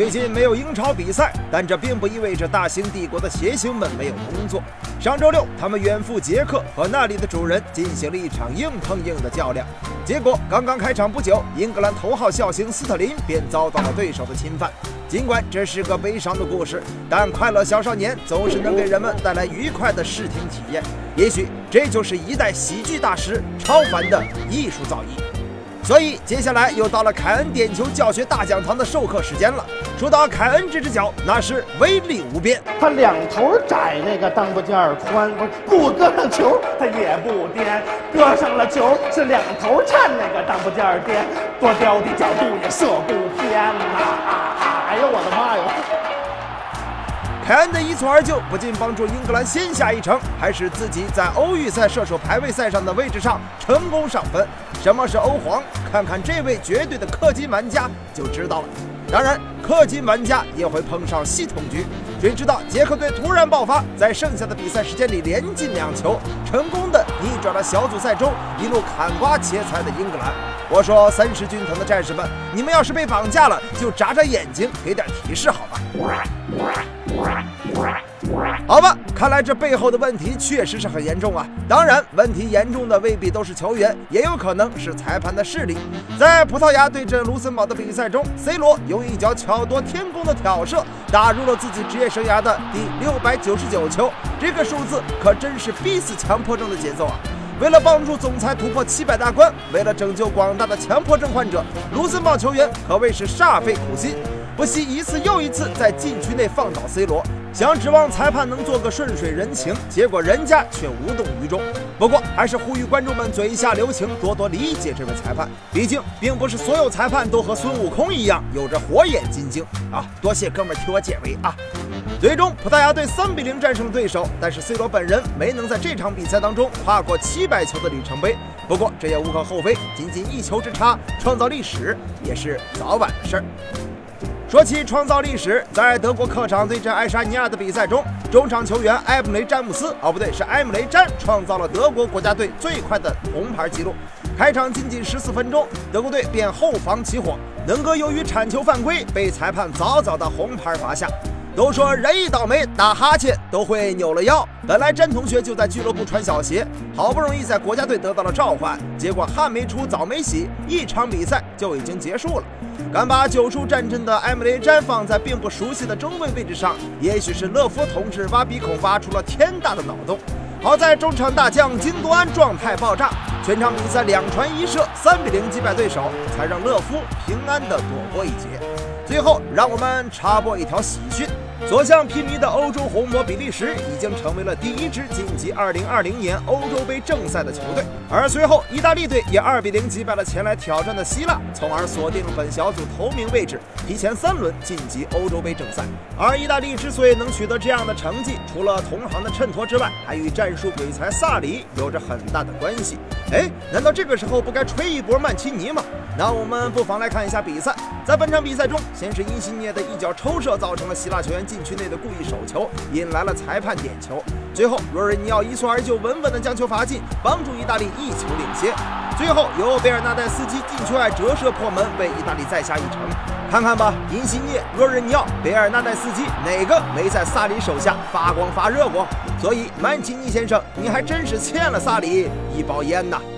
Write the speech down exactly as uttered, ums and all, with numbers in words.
最近没有英超比赛，但这并不意味着大兴帝国的鞋星们没有工作。上周六，他们远赴捷克和那里的主人进行了一场硬碰硬的较量。结果刚刚开场不久，英格兰头号笑星斯特林便遭到了对手的侵犯。尽管这是个悲伤的故事，但快乐小少年总是能给人们带来愉快的视听体验。也许这就是一代喜剧大师超凡的艺术造诣。所以接下来又到了凯恩点球教学大讲堂的授课时间了。说到凯恩这只脚，那是威力无边。 他两头窄，那个裆部尖儿宽，不是不搁上球他也不颠，搁上了球是两头颤，那个裆部尖儿颠，多刁的角度也射不偏呐！啊！哎呦我的妈呀！ 凯恩的一蹴而就，不仅帮助英格兰先下一城，还使自己在欧预赛射手排位赛上的位置上成功上分。什么是欧皇？看看这位绝对的氪金玩家就知道了。当然，氪金玩家也会碰上系统局。谁知道捷克队突然爆发，在剩下的比赛时间里连进两球，成功的逆转了小组赛中一路砍瓜切菜的英格兰。我说，三十军团的战士们，你们要是被绑架了，就眨眨眼睛，给点提示好吧？好吧，看来这背后的问题确实是很严重啊。当然，问题严重的未必都是球员，也有可能是裁判的势力。在葡萄牙对阵卢森堡的比赛中 ，C 罗用一脚巧夺天工的挑射，打入了自己职业生涯的第六百九十九球。这个数字可真是逼死强迫症的节奏啊！为了帮助总裁突破七百大关，为了拯救广大的强迫症患者，卢森堡球员可谓是煞费苦心，不惜一次又一次在禁区内放倒 C 罗，想指望裁判能做个顺水人情，结果人家却无动于衷。不过还是呼吁观众们嘴下留情，多多理解这位裁判，毕竟并不是所有裁判都和孙悟空一样有着火眼金睛啊！多谢哥们儿替我解围啊！最终，葡萄牙队三比零战胜了对手，但是 C 罗本人没能在这场比赛当中跨过七百球的里程碑。不过这也无可厚非，仅仅一球之差，创造历史也是早晚的事儿。说起创造历史，在德国客场对阵爱沙尼亚的比赛中，中场球员埃姆雷·詹姆斯，哦不对，是埃姆雷·詹创造了德国国家队最快的红牌纪录。开场仅仅十四分钟，德国队便后防起火，能哥由于铲球犯规，被裁判早早的红牌罚下。都说人一倒霉，打哈欠都会扭了腰。本来詹同学就在俱乐部穿小鞋，好不容易在国家队得到了召唤，结果汗没出早没洗，一场比赛就已经结束了。敢把久处战阵的埃姆雷·詹放在并不熟悉的中卫位置上，也许是勒夫同志挖鼻孔挖出了天大的脑洞。好在中场大将金多安状态爆炸，全场比赛两传一射，三比零击败对手，才让勒夫平安的躲过一劫。最后，让我们插播一条喜讯。所向披靡的欧洲红魔比利时已经成为了第一支晋级二零二零年欧洲杯正赛的球队，而随后意大利队也二比零击败了前来挑战的希腊，从而锁定了本小组头名位置，提前三轮晋级欧洲杯正赛。而意大利之所以能取得这样的成绩，除了同行的衬托之外，还与战术鬼才萨里有着很大的关系。哎，难道这个时候不该吹一波曼奇尼吗？那我们不妨来看一下比赛。在本场比赛中，先是因西涅的一脚抽射造成了希腊球员禁区内的故意手球，引来了裁判点球。最后，若日尼奥一蹴而就，稳稳地将球罚进，帮助意大利一球领先。最后，由贝尔纳代斯基禁区外折射破门，为意大利再下一城。看看吧，因西涅、若日尼奥、贝尔纳代斯基，哪个没在萨里手下发光发热过？所以，曼奇尼先生，你还真是欠了萨里一包烟呐！